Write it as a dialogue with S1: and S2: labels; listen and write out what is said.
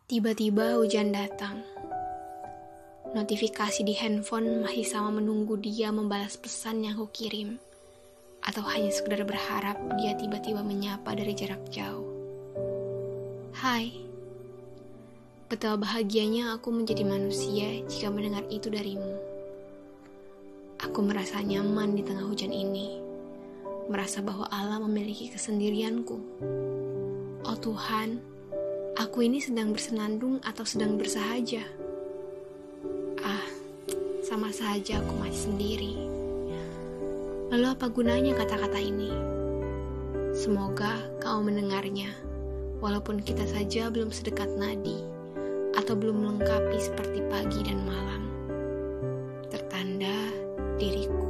S1: Tiba-tiba hujan datang. Notifikasi di handphone masih sama menunggu dia membalas pesan yang kukirim, atau hanya sekedar berharap dia tiba-tiba menyapa dari jarak jauh. Hai, betapa bahagianya aku menjadi manusia jika mendengar itu darimu. Aku merasa nyaman di tengah hujan ini, merasa bahwa Allah memiliki kesendirianku. Oh Tuhan, aku ini sedang bersenandung atau sedang bersahaja? Sama saja aku masih sendiri. Lalu apa gunanya kata-kata ini? Semoga kau mendengarnya, walaupun kita saja belum sedekat nadi, atau belum melengkapi seperti pagi dan malam. Tertanda diriku.